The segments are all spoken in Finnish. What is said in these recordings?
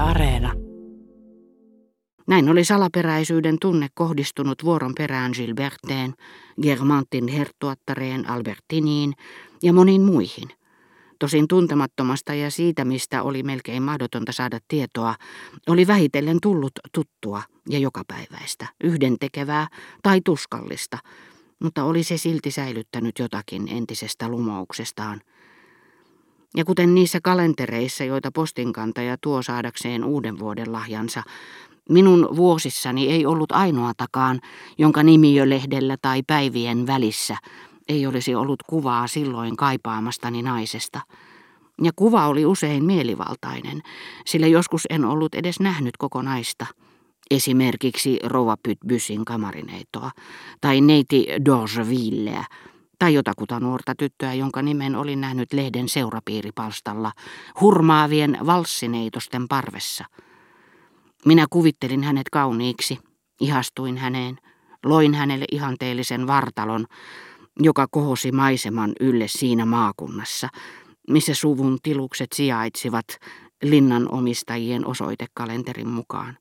Areena. Näin oli salaperäisyyden tunne kohdistunut vuoron perään Gilberteen, Guermantin herttuattareen Albertiniin ja moniin muihin. Tosin tuntemattomasta ja siitä, mistä oli melkein mahdotonta saada tietoa, oli vähitellen tullut tuttua ja jokapäiväistä, yhdentekevää tai tuskallista, mutta oli se silti säilyttänyt jotakin entisestä lumouksestaan. Ja kuten niissä kalentereissa, joita postinkantaja tuo saadakseen uuden vuoden lahjansa, minun vuosissani ei ollut ainoatakaan, jonka nimiölehdellä tai päivien välissä ei olisi ollut kuvaa silloin kaipaamastani naisesta. Ja kuva oli usein mielivaltainen, sillä joskus en ollut edes nähnyt koko naista. Esimerkiksi rouva Putbussin kamarineitoa, tai neiti d'Orgevilleä, tai jotakuta nuorta tyttöä, jonka nimen olin nähnyt lehden seurapiiripalstalla, hurmaavien valssineitosten parvessa. Minä kuvittelin hänet kauniiksi, ihastuin häneen, loin hänelle ihanteellisen vartalon, joka kohosi maiseman ylle siinä maakunnassa, missä suvun tilukset sijaitsivat linnanomistajien osoitekalenterin mukaan.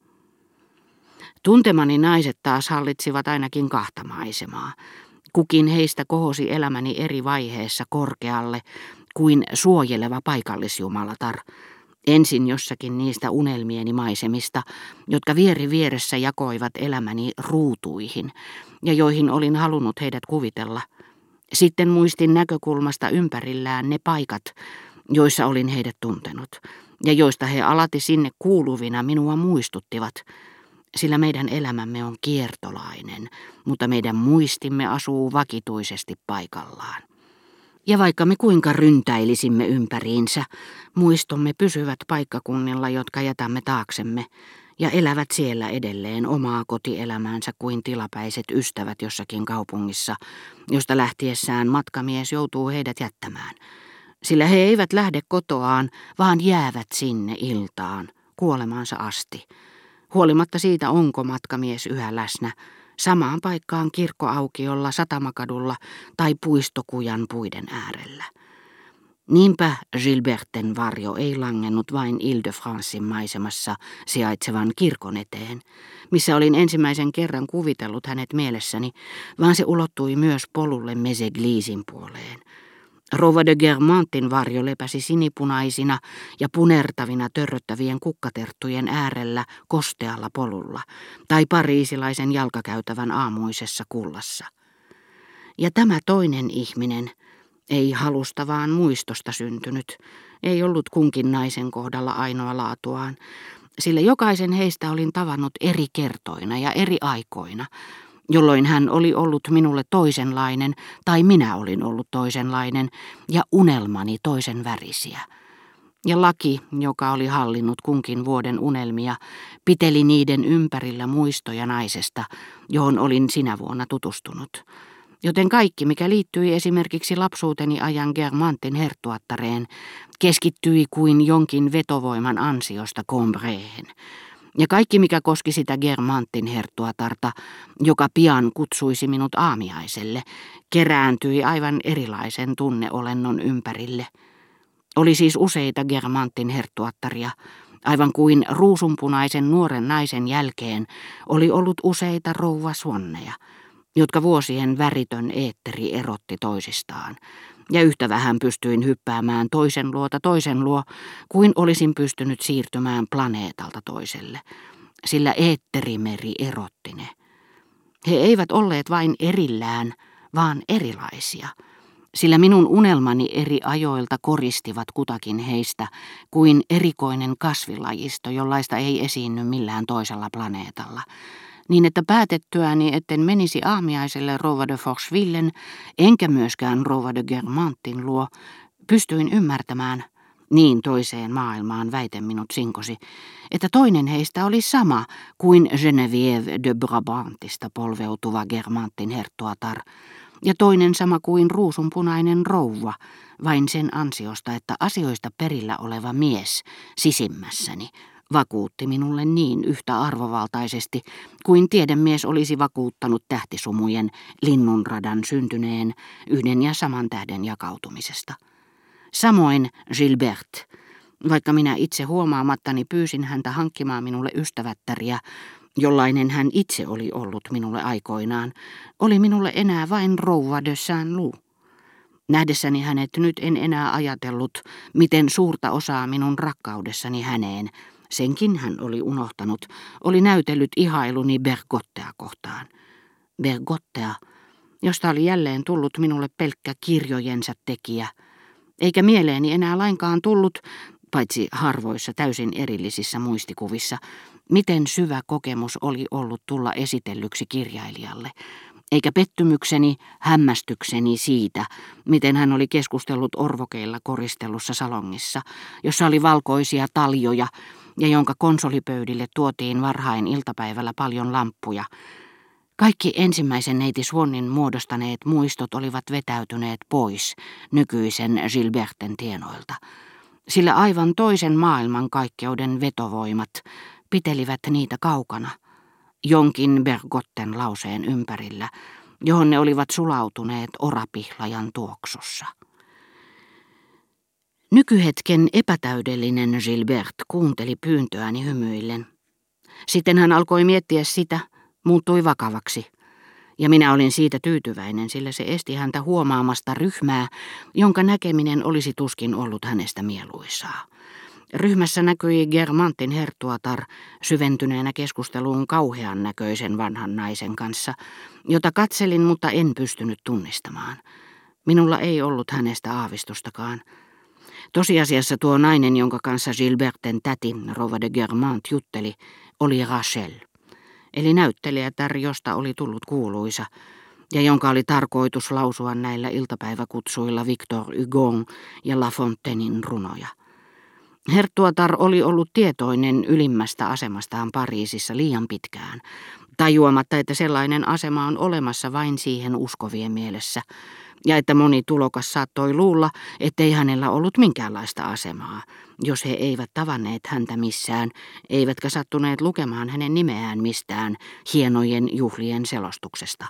Tuntemani naiset taas hallitsivat ainakin kahta maisemaa. Kukin heistä kohosi elämäni eri vaiheessa korkealle kuin suojeleva paikallisjumalatar. Ensin jossakin niistä unelmieni maisemista, jotka vieri vieressä jakoivat elämäni ruutuihin ja joihin olin halunnut heidät kuvitella. Sitten muistin näkökulmasta ympärillään ne paikat, joissa olin heidät tuntenut ja joista he alati sinne kuuluvina minua muistuttivat, sillä meidän elämämme on kiertolainen, mutta meidän muistimme asuu vakituisesti paikallaan. Ja vaikka me kuinka ryntäilisimme ympäriinsä, muistomme pysyvät paikkakunnilla, jotka jätämme taaksemme, ja elävät siellä edelleen omaa kotielämäänsä kuin tilapäiset ystävät jossakin kaupungissa, josta lähtiessään matkamies joutuu heidät jättämään. Sillä he eivät lähde kotoaan, vaan jäävät sinne iltaan, kuolemaansa asti. Huolimatta siitä, onko matkamies yhä läsnä, samaan paikkaan kirkkoaukiolla, Satamakadulla tai puistokujan puiden äärellä. Niinpä Gilberten varjo ei langennut vain Ile-de-Francein maisemassa sijaitsevan kirkon eteen, missä olin ensimmäisen kerran kuvitellut hänet mielessäni, vaan se ulottui myös polulle Méséglisin puoleen. Rouva de Guermantin varjo lepäsi sinipunaisina ja punertavina törröttävien kukkaterttujen äärellä kostealla polulla tai pariisilaisen jalkakäytävän aamuisessa kullassa. Ja tämä toinen ihminen, ei halusta vaan muistosta syntynyt, ei ollut kunkin naisen kohdalla ainoa laatuaan, sillä jokaisen heistä olin tavannut eri kertoina ja eri aikoina, jolloin hän oli ollut minulle toisenlainen tai minä olin ollut toisenlainen ja unelmani toisen värisiä. Ja laki, joka oli hallinnut kunkin vuoden unelmia, piteli niiden ympärillä muistoja naisesta, johon olin sinä vuonna tutustunut. Joten kaikki, mikä liittyi esimerkiksi lapsuuteni ajan Guermantin herttuattareen, keskittyi kuin jonkin vetovoiman ansiosta Combreen. Ja kaikki, mikä koski sitä Guermantin herttuatarta, joka pian kutsuisi minut aamiaiselle, kerääntyi aivan erilaisen tunneolennon ympärille. Oli siis useita Guermantin herttuattaria, aivan kuin ruusunpunaisen nuoren naisen jälkeen oli ollut useita rouva Swanneja, jotka vuosien väritön eetteri erotti toisistaan. Ja yhtä vähän pystyin hyppäämään toisen luo, kuin olisin pystynyt siirtymään planeetalta toiselle, sillä eetterimeri erotti ne. He eivät olleet vain erillään, vaan erilaisia, sillä minun unelmani eri ajoilta koristivat kutakin heistä kuin erikoinen kasvilajisto, jollaista ei esiinny millään toisella planeetalla. Niin että päätettyäni, etten menisi aamiaiselle rouva de Forchevillen, enkä myöskään rouva de Guermantin luo, pystyin ymmärtämään, niin toiseen maailmaan väite minut sinkosi, että toinen heistä oli sama kuin Geneviève de Brabantista polveutuva Guermantin herttuatar, ja toinen sama kuin ruusunpunainen rouva, vain sen ansiosta, että asioista perillä oleva mies sisimmässäni vakuutti minulle niin yhtä arvovaltaisesti kuin tiedemies olisi vakuuttanut tähtisumujen linnunradan syntyneen yhden ja saman tähden jakautumisesta. Samoin Gilbert, Vaikka minä itse huomaamattani pyysin häntä hankkimaan minulle ystävättäriä, jollainen hän itse oli ollut minulle aikoinaan, oli minulle enää vain rouva de Saint-Loup. Nähdessäni hänet nyt en enää ajatellut, miten suurta osaa minun rakkaudessani häneen, senkin hän oli unohtanut, oli näytellyt ihailuni Bergottea kohtaan. Bergottea, josta oli jälleen tullut minulle pelkkä kirjojensa tekijä, eikä mieleeni enää lainkaan tullut, paitsi harvoissa täysin erillisissä muistikuvissa, miten syvä kokemus oli ollut tulla esitellyksi kirjailijalle, eikä pettymykseni, hämmästykseni siitä, miten hän oli keskustellut orvokeilla koristellussa salongissa, jossa oli valkoisia taljoja ja jonka konsolipöydille tuotiin varhain iltapäivällä paljon lamppuja. Kaikki ensimmäisen neiti Swannin muodostaneet muistot olivat vetäytyneet pois nykyisen Gilberten tienoilta, sillä aivan toisen maailmankaikkeuden vetovoimat pitelivät niitä kaukana, jonkin Bergotten lauseen ympärillä, johon ne olivat sulautuneet orapihlajan tuoksussa. Nykyhetken epätäydellinen Gilbert kuunteli pyyntöäni hymyillen. Sitten hän alkoi miettiä sitä, muuttui vakavaksi, ja minä olin siitä tyytyväinen, sillä se esti häntä huomaamasta ryhmää, jonka näkeminen olisi tuskin ollut hänestä mieluisaa. Ryhmässä näkyi Guermantin herttuatar syventyneenä keskusteluun kauhean näköisen vanhan naisen kanssa, jota katselin, mutta en pystynyt tunnistamaan. Minulla ei ollut hänestä aavistustakaan. Tosiasiassa tuo nainen, jonka kanssa Gilberten täti, rouva de Guermant, jutteli, oli Rachel, eli näyttelijätär, josta oli tullut kuuluisa, ja jonka oli tarkoitus lausua näillä iltapäiväkutsuilla Victor Hugon ja La Fontainein runoja. Herttuatar oli ollut tietoinen ylimmästä asemastaan Pariisissa liian pitkään, tajuamatta, että sellainen asema on olemassa vain siihen uskovien mielessä, ja että moni tulokas saattoi luulla, ettei hänellä ollut minkäänlaista asemaa, jos he eivät tavanneet häntä missään, eivätkä sattuneet lukemaan hänen nimeään mistään hienojen juhlien selostuksesta.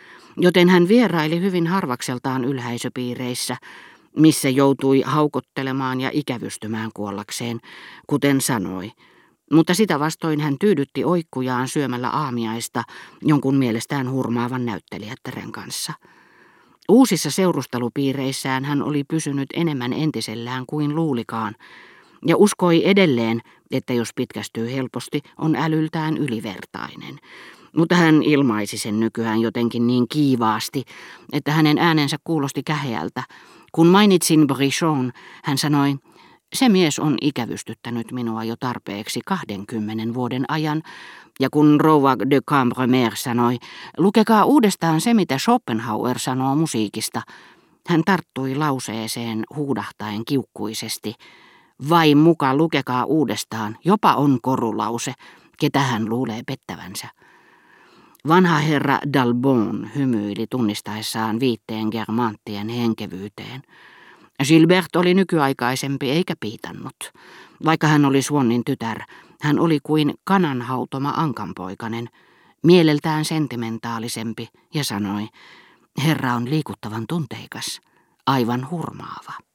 Joten hän vieraili hyvin harvakseltaan ylhäisöpiireissä, missä joutui haukottelemaan ja ikävystymään kuollakseen, kuten sanoi, mutta sitä vastoin hän tyydytti oikkujaan syömällä aamiaista jonkun mielestään hurmaavan näyttelijättären kanssa. Uusissa seurustelupiireissään hän oli pysynyt enemmän entisellään kuin luulikaan, ja uskoi edelleen, että jos pitkästyy helposti, on älyltään ylivertainen. Mutta hän ilmaisi sen nykyään jotenkin niin kiivaasti, että hänen äänensä kuulosti käheältä. Kun mainitsin Brichon, hän sanoi, se mies on ikävystyttänyt minua jo tarpeeksi 20 vuoden ajan, ja kun rouva de Cambremer sanoi, lukekaa uudestaan se, mitä Schopenhauer sanoo musiikista, hän tarttui lauseeseen huudahtaen kiukkuisesti. Vai muka lukekaa uudestaan, jopa on korulause, ketä hän luulee pettävänsä. Vanha herra d'Albon hymyili tunnistaessaan viitteen Guermantien henkevyyteen. Gilbert oli nykyaikaisempi eikä piitannut. Vaikka hän oli Swannin tytär, hän oli kuin kananhautoma ankanpoikainen, mieleltään sentimentaalisempi, ja sanoi, herra on liikuttavan tunteikas, aivan hurmaava.